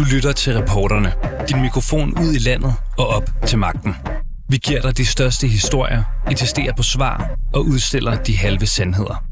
Du lytter til Reporterne. Din mikrofon ud i landet og op til magten. Vi giver dig de største historier, insisterer på svar og udstiller de halve sandheder.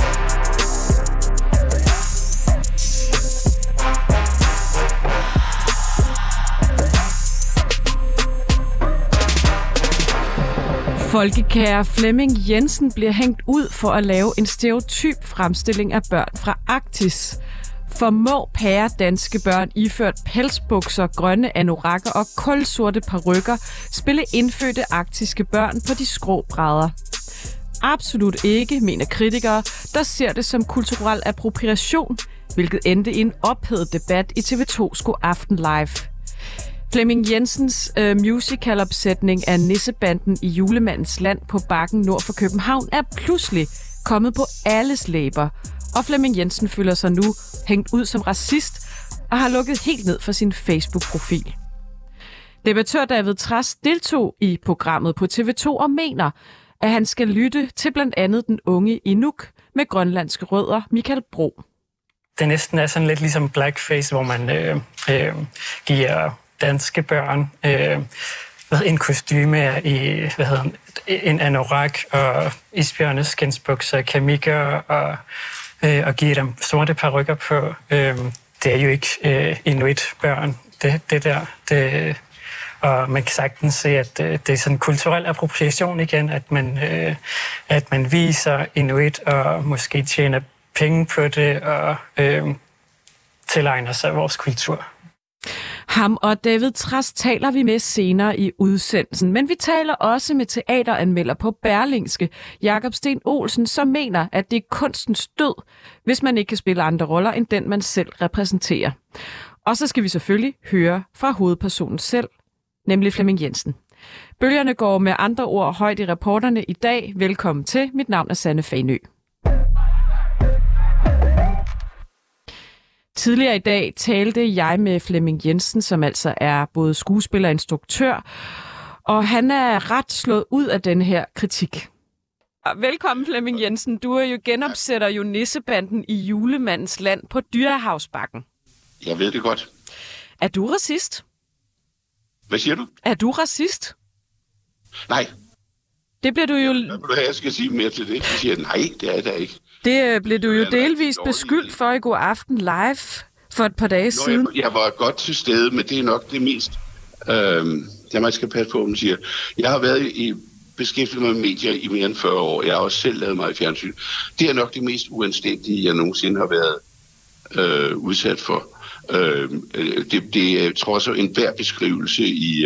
Folkekære Flemming Jensen bliver hængt ud for at lave en stereotyp fremstilling af børn fra Arktis. Formå pære danske børn iført pelsbukser, grønne anorakker og kulsorte parykker spille indfødte arktiske børn på de skrå brædder? Absolut ikke, mener kritikere, der ser det som kulturel appropriation, hvilket endte i en ophedet debat i TV2's God Aften Live. Flemming Jensens musicalopsætning af Nissebanden i Julemandens Land på Bakken nord for København er pludselig kommet på alles læber, og Flemming Jensen føler sig nu hængt ud som racist og har lukket helt ned for sin Facebook-profil. Debattør David Trads deltog i programmet på TV2 og mener, at han skal lytte til blandt andet den unge Inuk med grønlandske rødder, Michael Bro. Det næsten er sådan lidt ligesom blackface, hvor man giver danske børn en kostyme i en anorak og isbjørneskinsbukser, kamikker og give dem sorte parykker på. Det er jo ikke inuit-børn, det der. Og man kan sagtens se, at det er sådan en kulturel appropriation igen, at man viser inuit og måske tjener penge på det og tilegner sig vores kultur. Ham og David Trads taler vi med senere i udsendelsen, men vi taler også med teateranmelder på Berlingske, Jakob Sten Olsen, som mener, at det er kunstens død, hvis man ikke kan spille andre roller end den, man selv repræsenterer. Og så skal vi selvfølgelig høre fra hovedpersonen selv, nemlig Flemming Jensen. Bølgerne går med andre ord højt i Reporterne i dag. Velkommen til. Mit navn er Sanne Fanø. Tidligere i dag talte jeg med Flemming Jensen, som altså er både skuespiller og instruktør, og han er ret slået ud af den her kritik. Velkommen Flemming Jensen. Du er jo genopsætter jo Nissebanden i Julemandens Land på Dyrehavsbakken. Jeg ved det godt. Er du racist? Hvad siger du? Er du racist? Nej. Det bliver du jo... Hvad vil du have, jeg skal sige mere til det? Jeg siger, nej, det er der ikke. Det blev du jo delvist beskyldt for i God Aften Live for et par dage siden. Jeg var godt til stede, men det er nok det mest... det man skal passe på, man siger. Jeg har været beskæftiget med medier i mere end 40 år. Jeg har også selv lavet mig i fjernsyn. Det er nok det mest uanstændige, jeg nogensinde har været udsat for. Det er trods enhver beskrivelse i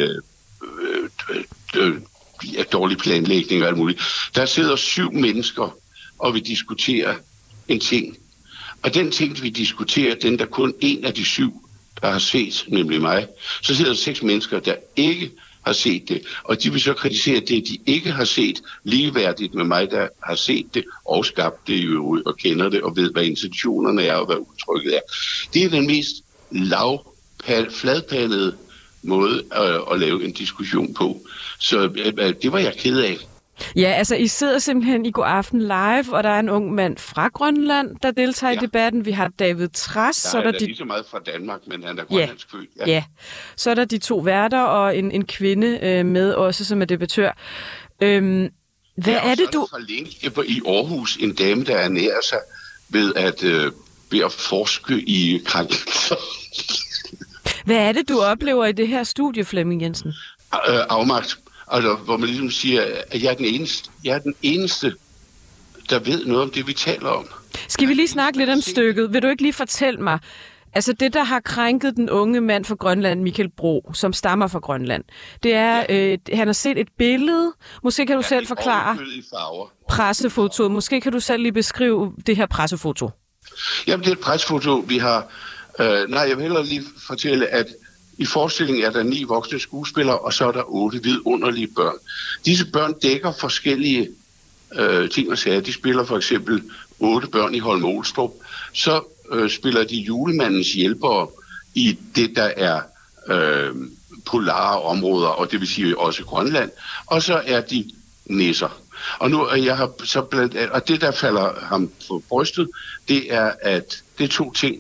dårlig planlægning og alt muligt. Der sidder 7 mennesker og vi diskuterer en ting. Og den ting, vi diskuterer, den der kun en af de 7, der har set, nemlig mig, så sidder der 6 mennesker, der ikke har set det. Og de vil så kritisere det, de ikke har set, ligeværdigt med mig, der har set det og skabt det jo og kender det og ved, hvad intentionerne er og hvad udtrykket er. Det er den mest fladpandede måde at lave en diskussion på. Så det var jeg ked af. Ja, altså I sidder simpelthen i God Aften Live, og der er en ung mand fra Grønland, der deltager i debatten. Vi har David Trads. Der er lige så meget fra Danmark, men han er grønlandsk født. Ja, så er der de 2 værter og en kvinde med også, som er debattør. Hvad er det, du... For længe i Aarhus en dame, der ernærer sig ved at forske i krænkelser. Hvad er det, du oplever i det her studie, Flemming Jensen? Afmagt. Altså, hvor man ligesom siger, at jeg er den eneste, der ved noget om det, vi taler om. Skal vi lige snakke lidt om stykket? Vil du ikke lige fortælle mig, altså det, der har krænket den unge mand fra Grønland, Michael Bro, som stammer fra Grønland, det er, han har set et billede. Måske kan du selv forklare pressefotoet. Måske kan du selv lige beskrive det her pressefoto. Jamen, det er et pressefoto, vi har... jeg vil hellere lige fortælle, at i forestillingen er der 9 voksne skuespillere, og så er der 8 vidunderlige børn. Disse børn dækker forskellige ting og sager. De spiller for eksempel 8 børn i Holme Olstrup. Så spiller de julemandens hjælpere i det, der er polare områder, og det vil sige også Grønland. Og så er de nisser. Og nu jeg har så og det, der falder ham på brystet, det er, at det er 2 ting.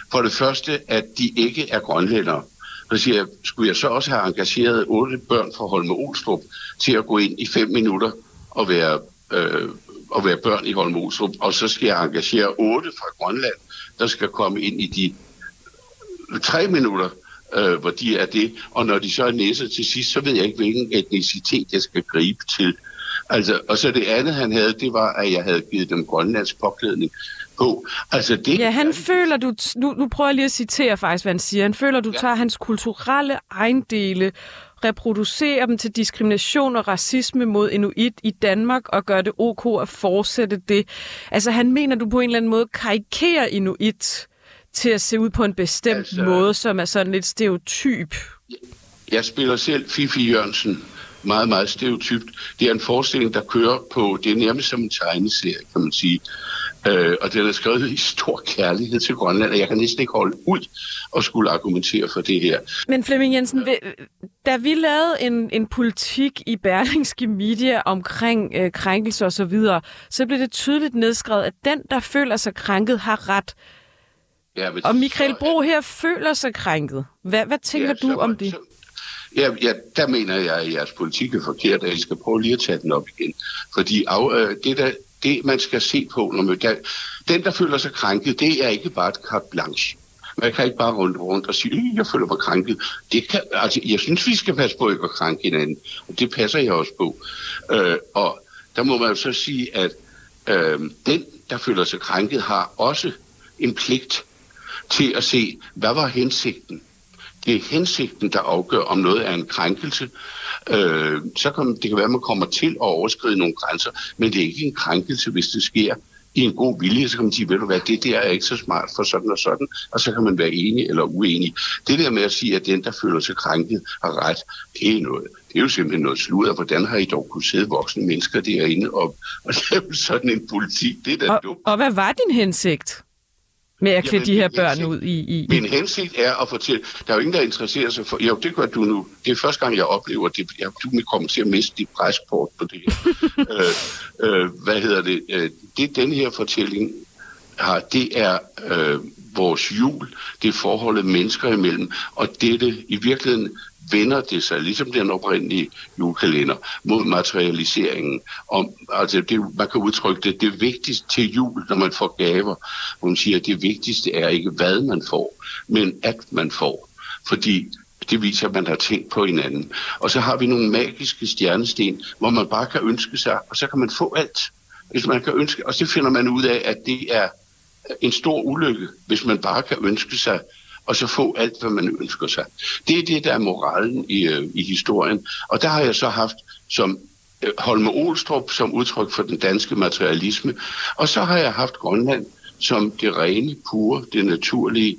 For det første, at de ikke er grønlændere. Så siger jeg, skulle jeg så også have engageret 8 børn fra Holme Olstrup til at gå ind i 5 minutter og være børn i Holme Olstrup, og så skal jeg engagere 8 fra Grønland, der skal komme ind i de 3 minutter, hvor de er det, og når de så er næser til sidst, så ved jeg ikke, hvilken etnicitet jeg skal gribe til. Altså, og så det andet, han havde, det var, at jeg havde givet dem grønlandsk påklædning på. Altså, det, ja, han føler, du... Nu prøver jeg lige at citere faktisk, hvad han siger. Han føler, du tager hans kulturelle ejendele, reproducerer dem til diskrimination og racisme mod inuit i Danmark og gør det ok at fortsætte det. Altså, han mener, du på en eller anden måde karikerer inuit til at se ud på en bestemt måde, som er sådan lidt stereotyp. Jeg spiller selv Fifi Jørgensen meget, meget stereotypt. Det er en forestilling, der kører på, det er nærmest som en tegneserie, kan man sige. Og den er skrevet i stor kærlighed til Grønland, og jeg kan næsten ikke holde ud og skulle argumentere for det her. Men Flemming Jensen, da vi lavede en politik i Berlingske Media omkring krænkelser og så videre, så blev det tydeligt nedskrevet, at den, der føler sig krænket, har ret. Ja, og Michael Bro her føler sig krænket. Hvad tænker du om det? Ja, der mener jeg, at jeres politik er forkert, og I skal prøve lige at tage den op igen. Fordi det, man skal se på, når den, der føler sig krænket, det er ikke bare et carte blanche. Man kan ikke bare rundt og sige, jeg føler mig krænket. Jeg synes, vi skal passe på ikke at krænke hinanden, og det passer jeg også på. Og der må man jo så sige, at den, der føler sig krænket, har også en pligt til at se, hvad var hensigten. Det er hensigten, der afgør, om noget er en krænkelse. Det kan være, at man kommer til at overskride nogle grænser, men det er ikke en krænkelse, hvis det sker i en god vilje. Så kan man sige, ved du hvad, det der er ikke så smart for sådan og sådan, og så kan man være enig eller uenig. Det der med at sige, at den, der føler sig krænket, har ret, det er jo simpelthen noget sludder. Hvordan har I dog kunne sidde voksne mennesker derinde og lave sådan en politik? Det er da dumt. Og hvad var din hensigt med at klæde de her børn ud i? Min hensigt er at fortælle, der er jo ingen, der interesserer sig for... Jo, det gør du nu. Det er første gang, jeg oplever det. Du vil komme til at miste dit pressport på det her. Det den her fortælling har, det er vores jul. Det er forholdet mennesker imellem. Og dette i virkeligheden vender det sig, ligesom den oprindelige julekalender, mod materialiseringen. Man kan udtrykke det vigtigste til jul, når man får gaver, hvor man siger, at det vigtigste er ikke, hvad man får, men at man får. Fordi det viser, at man har tænkt på hinanden. Og så har vi nogle magiske stjernesten, hvor man bare kan ønske sig, og så kan man få alt. Hvis man kan ønske, og så finder man ud af, at det er en stor ulykke, hvis man bare kan ønske sig, og så få alt, hvad man ønsker sig. Det er det, der er moralen i historien. Og der har jeg så haft som Holme Olstrup som udtryk for den danske materialisme, og så har jeg haft Grønland som det rene, pure, det naturlige,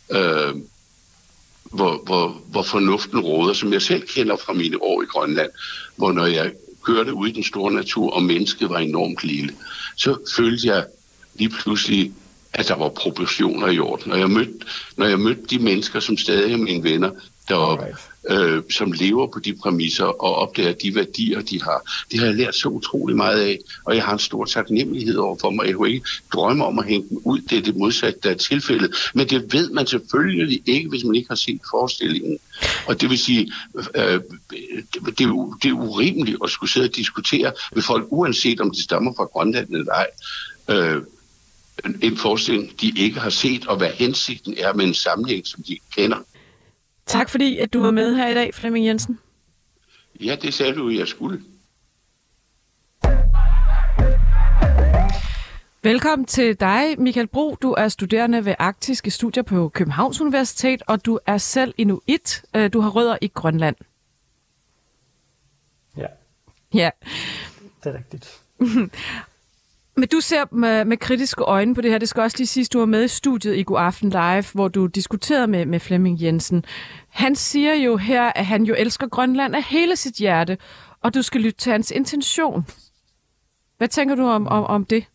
hvor fornuften råder, som jeg selv kender fra mine år i Grønland, hvor når jeg kørte ud i den store natur, og mennesket var enormt lille, så følte jeg lige pludselig, at der var proportioner i orden. Når jeg mødte de mennesker, som stadig er mine venner deroppe, som lever på de præmisser og opdager de værdier, de har. Det har jeg lært så utrolig meget af, og jeg har en stor taknemmelighed over for mig. Jeg kunne ikke drømme om at hænge dem ud. Det er det modsatte, der er tilfældet. Men det ved man selvfølgelig ikke, hvis man ikke har set forestillingen. Og det vil sige, det er urimeligt at skulle sidde og diskutere med folk, uanset om de stammer fra Grønland eller ej. En forestilling, de ikke har set, og hvad hensigten er med en sammenhæng, som de kender. Tak fordi, at du var med her i dag, Flemming Jensen. Ja, det sagde du, jeg skulle. Velkommen til dig, Michael Bro. Du er studerende ved Arktiske Studier på Københavns Universitet, og du er selv inuit. Du har rødder i Grønland. Ja. Ja. Det er rigtigt. Men du ser med kritiske øjne på det her. Det skal også lige siges, du var med i studiet i God Aften Live, hvor du diskuterede med Flemming Jensen. Han siger jo her, at han jo elsker Grønland af hele sit hjerte, og du skal lytte til hans intention. Hvad tænker du om det?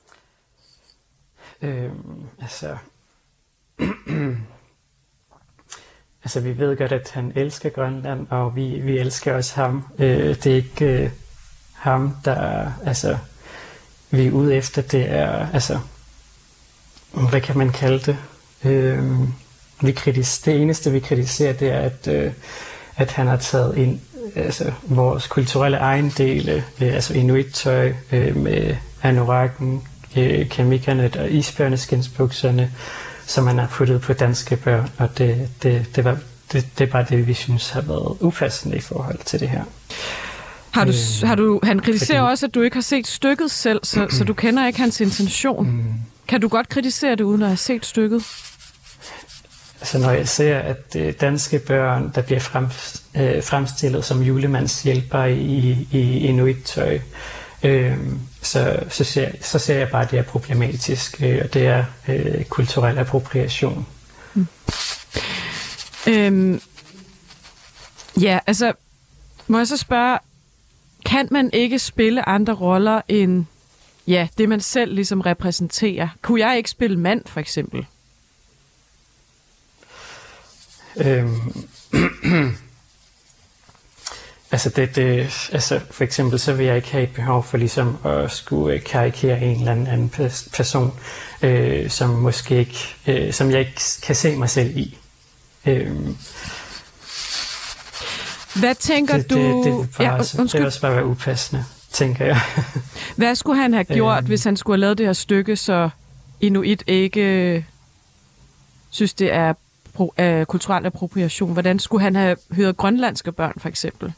Altså, vi ved godt, at han elsker Grønland, og vi elsker også ham. Det er ikke ham, der vi er ude efter. Det er, hvad kan man kalde det? Det eneste, vi kritiserer, det er, at han har taget ind vores kulturelle ejendele, altså inuit-tøj med anorakken, kamikkerne og isbjørneskinsbukserne, som man har puttet på danske børn, og det er bare det, vi synes har været upassende i forhold til det her. Han kritiserer også, at du ikke har set stykket selv, så du kender ikke hans intention. Kan du godt kritisere det, uden at have set stykket? Altså når jeg ser, at danske børn, der bliver fremstillet som julemandshjælper i inuit-tøj, så ser jeg bare, at det er problematisk, og det er kulturel appropriation. Ja, altså, må jeg så spørge, kan man ikke spille andre roller end det, man selv ligesom repræsenterer? Kunne jeg ikke spille mand, for eksempel? Altså for eksempel så vil jeg ikke have et behov for ligesom at skulle karikere en eller anden person, som måske ikke, som jeg ikke kan se mig selv i. Hvad tænker du? Det vil også bare være upassende, tænker jeg. Hvad skulle han have gjort, hvis han skulle have lavet det her stykke, så inuit ikke synes, det er kulturel appropriation? Hvordan skulle han have hørt grønlandske børn, for eksempel?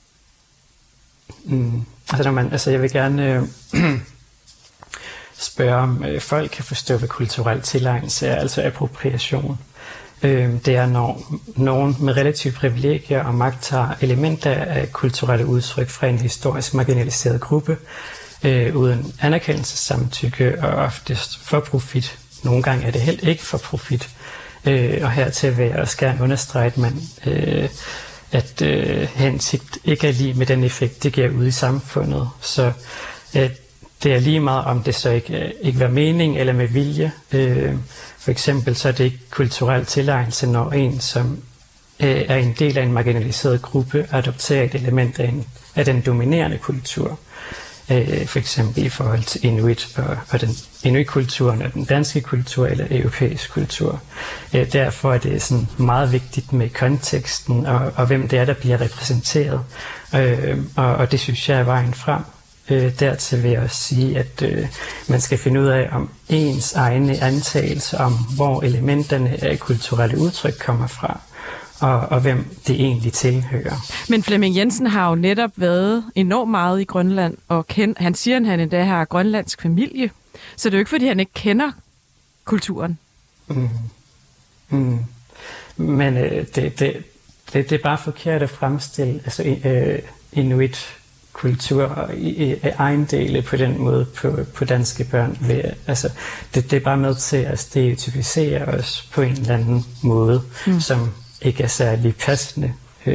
Jeg vil gerne spørge, om folk kan forstå, hvad kulturel tilegnelse er, altså appropriation. Det er, når nogen med relativt privilegier og magt tager elementer af kulturelle udtryk fra en historisk marginaliseret gruppe, uden anerkendelsessamtykke og oftest for profit. Nogle gange er det helt ikke for profit. Og hertil vil jeg også gerne understrege, at hensigt ikke er lige med den effekt, det giver ud i samfundet. Så det er lige meget, om det så ikke var mening eller med vilje. For eksempel så er det ikke kulturel tilegnelse, når en, som er en del af en marginaliseret gruppe, adopterer et element af den dominerende kultur. For eksempel i forhold til inuit og den inuit-kulturen og den danske kultur eller europæisk kultur. Derfor er det sådan meget vigtigt med konteksten og hvem det er, der bliver repræsenteret. Og det synes jeg er vejen frem. Dertil vil jeg også sige, at man skal finde ud af, om ens egne antagelser om, hvor elementerne af kulturelle udtryk kommer fra, og hvem det egentlig tilhører. Men Flemming Jensen har jo netop været enormt meget i Grønland, og han siger, at han endda har grønlandsk familie. Så det er jo ikke, fordi han ikke kender kulturen. Men det er bare forkert at fremstille inuit-kultur og ejendele på den måde på danske børn. Det er bare med til at stereotypisere os på en eller anden måde, som ikke er særlig passende.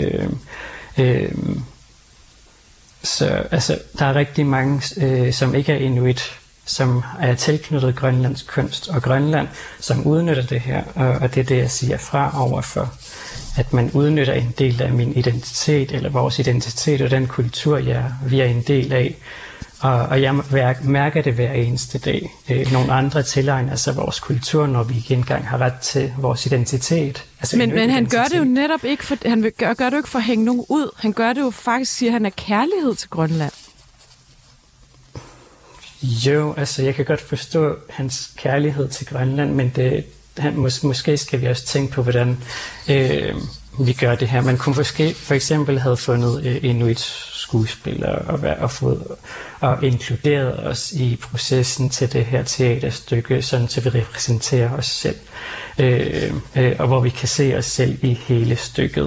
Så der er rigtig mange, som ikke er inuit, som er tilknyttet grønlandsk kunst og Grønland, som udnytter det her, og det er det, jeg siger fra overfor. At man udnytter en del af min identitet, eller vores identitet og den kultur, vi er en del af. Og jeg mærker det hver eneste dag. Nogle andre tilegner sig vores kultur, når vi ikke engang har ret til vores identitet. Altså men han gør det jo netop ikke for, han gør det jo ikke for at hænge nogen ud. Han gør det jo faktisk, siger han, er kærlighed til Grønland. Jo, jeg kan godt forstå hans kærlighed til Grønland, men måske skal vi også tænke på, hvordan vi gør det her. Man kunne måske for eksempel have fundet inuit-skuespillere og inkluderet os i processen til det her teaterstykke, sådan så vi repræsenterer os selv, og hvor vi kan se os selv i hele stykket.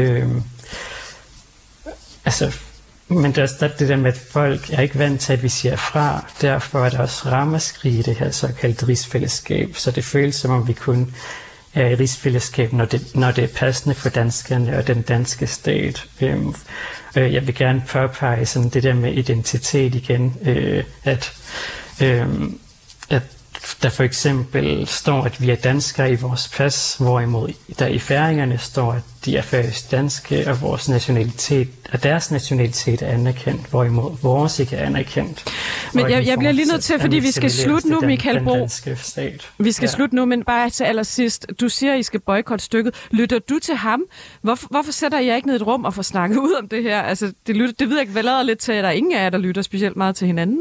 Men det er også det der med, at folk er ikke vant til, at vi siger fra. Derfor er der også ramaskrig i det her såkaldte rigsfællesskab. Så det føles som om vi kun er i rigsfællesskab, når det er passende for danskerne og den danske stat. Jeg vil gerne påpege sådan det der med identitet igen, at der for eksempel står, at vi er danskere i vores pas, hvorimod der i færingerne står, at de er færøsk danske, og vores nationalitet, og deres nationalitet er anerkendt, hvorimod vores ikke er anerkendt. Men jeg bliver lige nødt til, fordi vi skal slutte nu, Michael Bro. Vi skal slutte nu, men bare til allersidst. Du siger, at I skal boykotte stykket. Lytter du til ham? Hvorfor sætter jeg ikke ned i et rum og får snakket ud om det her? Altså, det ved jeg vel lidt til, at der er ingen af jer, der lytter specielt meget til hinanden.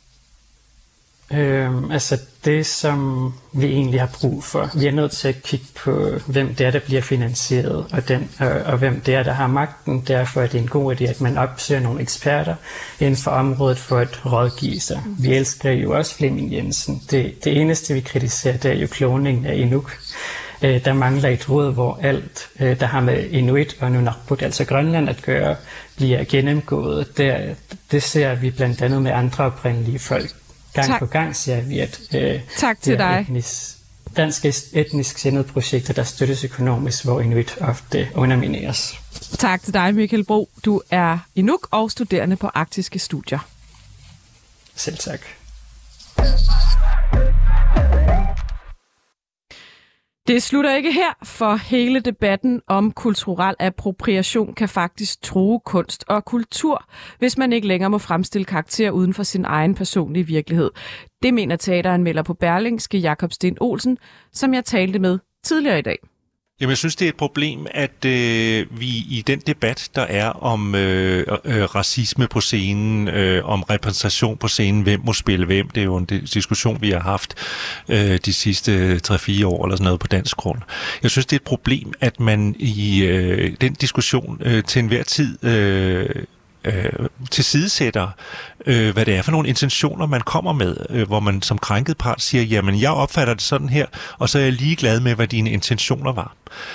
Altså det, som vi egentlig har brug for. Vi er nødt til at kigge på, hvem det er, der bliver finansieret, og hvem det er, der har magten. Derfor er det en god idé, at man opsøger nogle eksperter inden for området for at rådgive sig. Vi elsker jo også Flemming Jensen. Det eneste, vi kritiserer, det er jo kloningen af Inuk. Der mangler et råd, hvor alt, der har med Inuit og Nunarput, altså Grønland at gøre, bliver gennemgået. Det ser vi blandt andet med andre oprindelige folk. Gang på gang ser vi, at tak til dig. Danske etnisk sindede projekter, der støttes økonomisk, hvor Inuit ofte undermineres. Tak til dig, Michael Bro. Du er Inuk og studerende på Arktiske Studier. Selv tak. Det slutter ikke her, for hele debatten om kulturel appropriation kan faktisk true kunst og kultur, hvis man ikke længere må fremstille karakterer uden for sin egen personlige virkelighed. Det mener teateranmelder på Berlingske Jakob Sten Olsen, som jeg talte med tidligere i dag. Jamen, jeg synes, det er et problem, at vi i den debat, der er om racisme på scenen, om repræsentation på scenen, hvem må spille hvem, det er jo en diskussion, vi har haft de sidste 3-4 år eller sådan noget på dansk grund. Jeg synes, det er et problem, at man i den diskussion til enhver tid tilsidesætter, hvad det er for nogle intentioner, man kommer med, hvor man som krænket part siger, jamen, jeg opfatter det sådan her, og så er jeg ligeglad med, hvad dine intentioner var.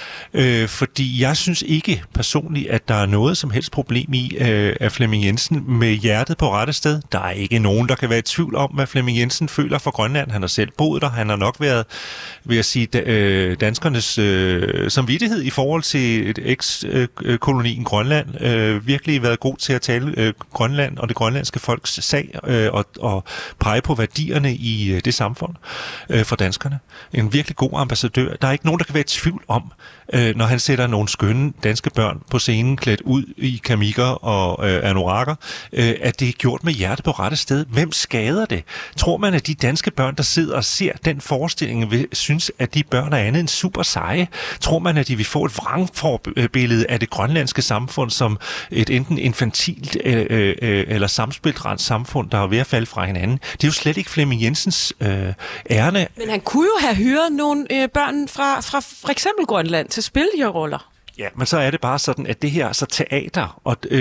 Fordi jeg synes ikke personligt, at der er noget som helst problem i, at Flemming Jensen med hjertet på rette sted. Der er ikke nogen, der kan være i tvivl om, hvad Flemming Jensen føler for Grønland. Han har selv boet der. Han har nok været, vil jeg sige, danskernes samvittighed i forhold til et eks-kolonien Grønland. Virkelig været god til at tale Grønland og det grønlandske folks sag og pege på værdierne i det samfund for danskerne. En virkelig god ambassadør. Der er ikke nogen, der kan være i tvivl om, når han sætter nogle skønne danske børn på scenen klædt ud i kamikker og anorakker, at det er gjort med hjerte på rette sted. Hvem skader det? Tror man, at de danske børn, der sidder og ser den forestilling, vil synes, at de børn er andet end super seje? Tror man, at de vil få et vrangforbillede af det grønlandske samfund som et enten infantilt eller samspiltrent samfund, der er ved at falde fra hinanden? Det er jo slet ikke Flemming Jensens ærne. Men han kunne jo have hyret nogle børn fra for eksempel Grønland til at spille de her roller. Ja, men så er det bare sådan, at det her er så teater,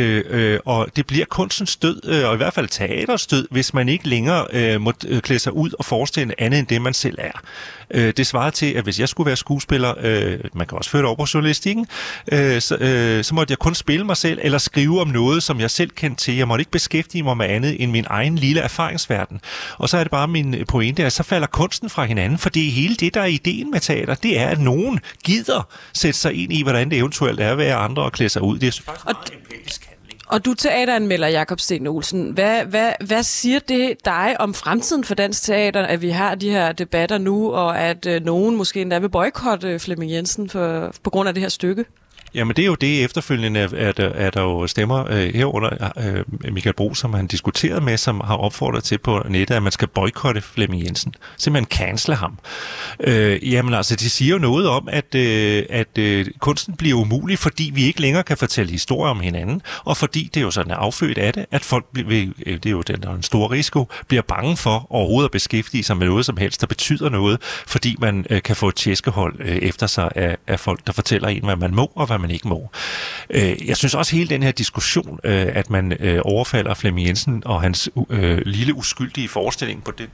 og det bliver kunstens død, og i hvert fald teaters død, hvis man ikke længere må klæde sig ud og forestille andet end det, man selv er. Det svarer til, at hvis jeg skulle være skuespiller, man kan også føre det over på journalistikken, så måtte jeg kun spille mig selv, eller skrive om noget, som jeg selv kendte til. Jeg måtte ikke beskæftige mig med andet end min egen lille erfaringsverden. Og så er det bare min pointe, at så falder kunsten fra hinanden, for det er hele det, der er ideen med teater. Det er, at nogen gider sætte sig ind i, hvordan det eventuelt er at være andre og klæde sig ud. Det er faktisk meget empatisk handling. Og du teateranmelder, Jakob Sten Olsen. Hvad siger det dig om fremtiden for dansk teater, at vi har de her debatter nu, og at nogen måske endda vil boykotte Flemming Jensen på grund af det her stykke? Jamen det er jo det efterfølgende, er der jo stemmer herunder Michael Bro, som han diskuterede med, som har opfordret til på nettet, at man skal boykotte Flemming Jensen. Simpelthen cancele ham. Jamen altså, det siger jo noget om, at kunsten bliver umulig, fordi vi ikke længere kan fortælle historier om hinanden, og fordi det er jo sådan affødt af det, at folk, det er jo den store risiko, bliver bange for overhovedet at beskæftige sig med noget som helst, der betyder noget, fordi man kan få et tæskehold efter sig af folk, der fortæller en, hvad man må og hvad man ikke må. Jeg synes også hele den her diskussion, at man overfalder Flemming Jensen og hans lille uskyldige forestilling på den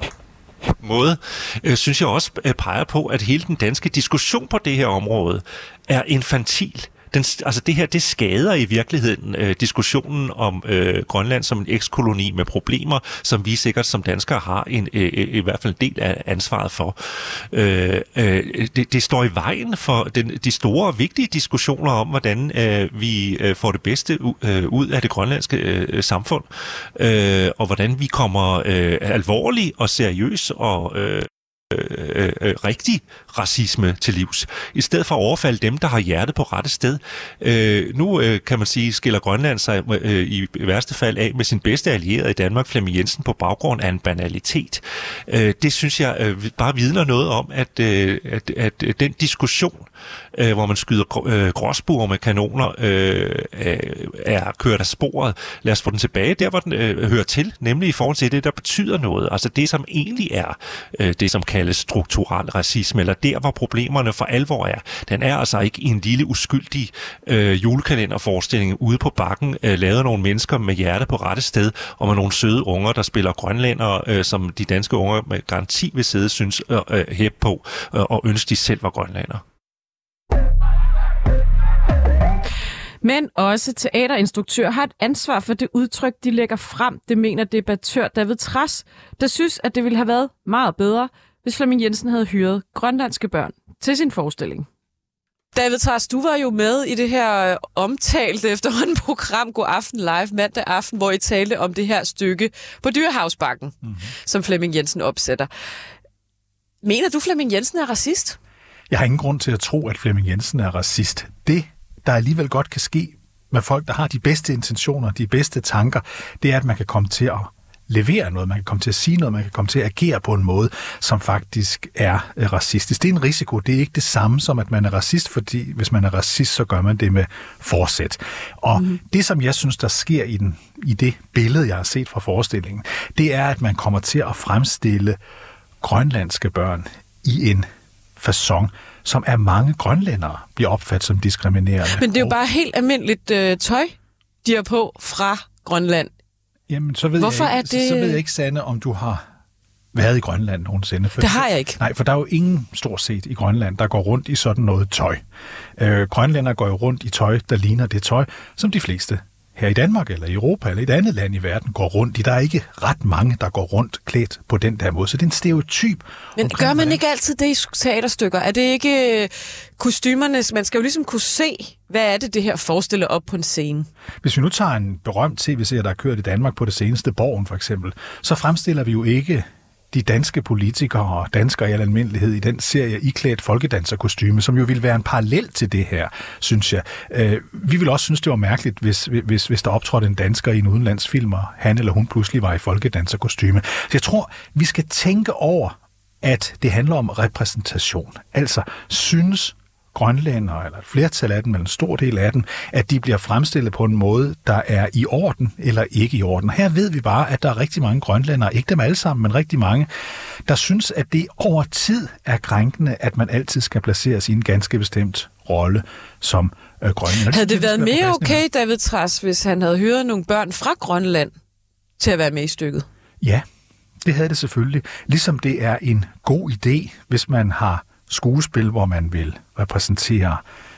måde, synes jeg også peger på, at hele den danske diskussion på det her område er infantil. det her, det skader i virkeligheden diskussionen om Grønland som en ekskoloni med problemer, som vi sikkert som danskere har i hvert fald en del af ansvaret for. Det står i vejen for de store og vigtige diskussioner om, hvordan vi får det bedste ud af det grønlandske samfund, og hvordan vi kommer alvorligt og seriøst og rigtig racisme til livs, i stedet for at overfalde dem, der har hjertet på rette sted. Nu kan man sige, skiller Grønland sig i værste fald af med sin bedste allierede i Danmark, Flemming Jensen, på baggrund af en banalitet. Det synes jeg bare vidner noget om, at den diskussion, hvor man skyder gråsbuer med kanoner, er kørt af sporet. Lad os få den tilbage der, hvor den hører til, nemlig i forhold til det, der betyder noget. Altså det, som egentlig er det, som kaldes strukturel racisme, eller der, hvor problemerne for alvor er. Den er altså ikke i en lille uskyldig julekalenderforestilling ude på bakken, lavet af nogle mennesker med hjerte på rette sted, og med nogle søde unger, der spiller grønlændere, som de danske unger med garanti vil sidde synes hæppe på, og ønske de selv var grønlændere. Men også teaterinstruktører har et ansvar for det udtryk, de lægger frem. Det mener debattør David Trads, der synes, at det ville have været meget bedre, hvis Flemming Jensen havde hyret grønlandske børn til sin forestilling. David Trads, du var jo med i det her omtalte efterhånden program God Aften Live mandag aften, hvor I talte om det her stykke på Dyrehavsbakken, som Flemming Jensen opsætter. Mener du, Flemming Jensen er racist? Jeg har ingen grund til at tro, at Flemming Jensen er racist. Det, der alligevel godt kan ske med folk, der har de bedste intentioner, de bedste tanker, det er, at man kan komme til at levere noget, man kan komme til at sige noget, man kan komme til at agere på en måde, som faktisk er racistisk. Det er en risiko. Det er ikke det samme som, at man er racist, fordi hvis man er racist, så gør man det med forsæt. Og det, som jeg synes, der sker i det billede, jeg har set fra forestillingen, det er, at man kommer til at fremstille grønlandske børn i en facon, som af mange grønlændere bliver opfattet som diskriminerende. Men det er jo bare helt almindeligt tøj, de har på fra Grønland. Jamen, så ved jeg ikke, Sanne, om du har været i Grønland nogensinde. Det har jeg ikke. Nej, for der er jo ingen stort set i Grønland, der går rundt i sådan noget tøj. Grønlændere går jo rundt i tøj, der ligner det tøj, som de fleste her i Danmark eller i Europa eller et andet land i verden går rundt i. Der er ikke ret mange, der går rundt klædt på den der måde. Så det er en stereotyp. Men gør man ikke altid det i teaterstykker? Er det ikke kostymerne? Man skal jo ligesom kunne se, hvad er det her forestiller op på en scene. Hvis vi nu tager en berømt tv-serie, der er kørt i Danmark på det seneste, Borgen for eksempel, så fremstiller vi jo ikke de danske politikere og danskere i al almindelighed i den serie iklædt folkedanserkostyme, som jo ville være en parallel til det her, synes jeg. Vi ville også synes, det var mærkeligt, hvis der optrådte en dansker i en udenlandsfilm, og han eller hun pludselig var i folkedanserkostyme. Så jeg tror, vi skal tænke over, at det handler om repræsentation. Altså, synes grønlændere, eller et flertal af dem, eller en stor del af dem, at de bliver fremstillet på en måde, der er i orden eller ikke i orden. Her ved vi bare, at der er rigtig mange grønlændere, ikke dem alle sammen, men rigtig mange, der synes, at det over tid er krænkende, at man altid skal placeres i en ganske bestemt rolle som grønlænder. Havde det været mere okay, David Trads, hvis han havde hyret nogle børn fra Grønland til at være med i stykket? Ja, det havde det selvfølgelig. Ligesom det er en god idé, hvis man har skuespil, hvor man vil repræsentere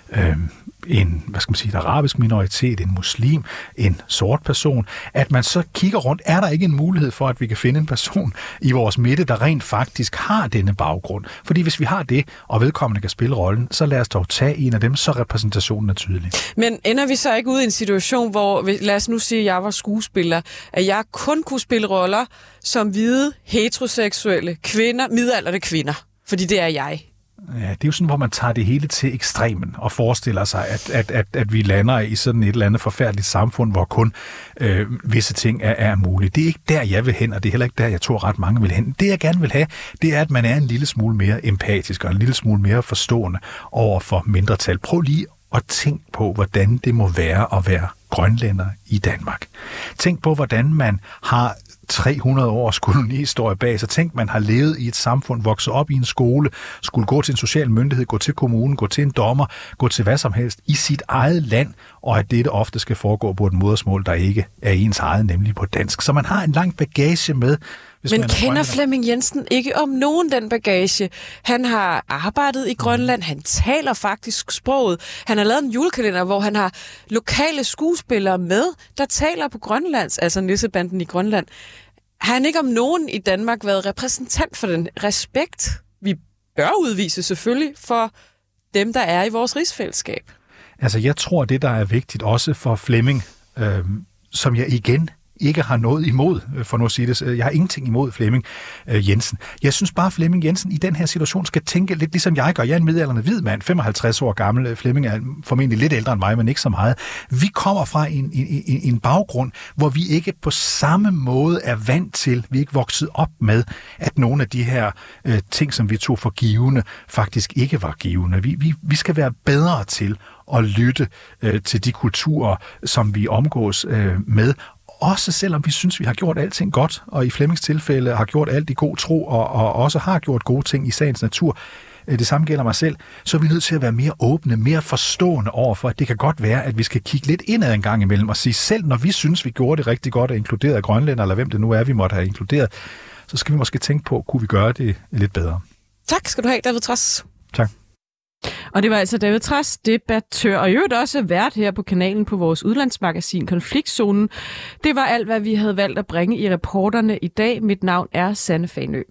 en, et arabisk minoritet, en muslim, en sort person, at man så kigger rundt, er der ikke en mulighed for, at vi kan finde en person i vores midte, der rent faktisk har denne baggrund? Fordi hvis vi har det, og vedkommende kan spille rollen, så lad os dog tage en af dem, så repræsentationen er tydelig. Men ender vi så ikke ud i en situation, hvor, lad os nu sige, at jeg var skuespiller, at jeg kun kunne spille roller som hvide, heteroseksuelle kvinder, midaldrende kvinder? Fordi det er jeg. Ja, det er jo sådan, hvor man tager det hele til ekstremen og forestiller sig, at vi lander i sådan et eller andet forfærdeligt samfund, hvor kun visse ting er mulige. Det er ikke der, jeg vil hen, og det er heller ikke der, jeg tror ret mange vil hen. Det, jeg gerne vil have, det er, at man er en lille smule mere empatisk og en lille smule mere forstående over for mindretal. Prøv lige at tænke på, hvordan det må være at være grønlænder i Danmark. Tænk på, hvordan man har 300 års kolonihistorie bag sig. Tænk, man har levet i et samfund, vokset op i en skole, skulle gå til en social myndighed, gå til kommunen, gå til en dommer, gå til hvad som helst i sit eget land, og at dette ofte skal foregå på et modersmål, der ikke er ens eget, nemlig på dansk. Så man har en lang bagage med Men kender Flemming Jensen ikke om nogen den bagage? Han har arbejdet i Grønland, han taler faktisk sproget. Han har lavet en julekalender, hvor han har lokale skuespillere med, der taler på grønlands, altså Nissebanden i Grønland. Har han ikke om nogen i Danmark været repræsentant for den respekt, vi bør udvise selvfølgelig for dem, der er i vores rigsfællesskab? Altså, jeg tror, det, der er vigtigt også for Flemming, som jeg igen ikke har noget imod, for nu at sige det. Jeg har ingenting imod Flemming Jensen. Jeg synes bare, Flemming Jensen i den her situation skal tænke lidt ligesom jeg gør. Jeg er en midaldrende hvid mand, 55 år gammel. Flemming er formentlig lidt ældre end mig, men ikke så meget. Vi kommer fra en baggrund, hvor vi ikke på samme måde er vant til, vi er ikke vokset op med, at nogle af de her ting, som vi tog for givende, faktisk ikke var givende. Vi skal være bedre til at lytte til de kulturer, som vi omgås med. Også selvom vi synes, vi har gjort alting godt, og i Flemmings tilfælde har gjort alt i god tro, og også har gjort gode ting i sagens natur, det samme gælder mig selv, så er vi nødt til at være mere åbne, mere forstående overfor, at det kan godt være, at vi skal kigge lidt indad en gang imellem og sige, selv når vi synes, vi gjorde det rigtig godt og inkluderet grønlænder, eller hvem det nu er, vi måtte have inkluderet, så skal vi måske tænke på, kunne vi gøre det lidt bedre. Tak skal du have, David Trads. Tak. Og det var altså David Trads, debattør, og i øvrigt også vært her på kanalen på vores udlandsmagasin Konfliktzonen. Det var alt, hvad vi havde valgt at bringe i reporterne i dag. Mit navn er Sanne Fanø.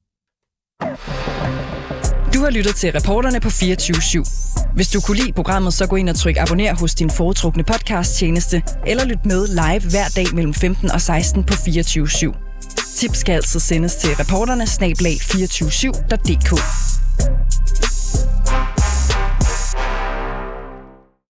Du har lyttet til Reporterne på 24/7. Hvis du kunne lide programmet, så gå ind og tryk abonner hos din foretrukne podcasttjeneste, eller lyt med live hver dag mellem 15 og 16 på 24/7. Tips skal altså sendes til reporterne @247.dk.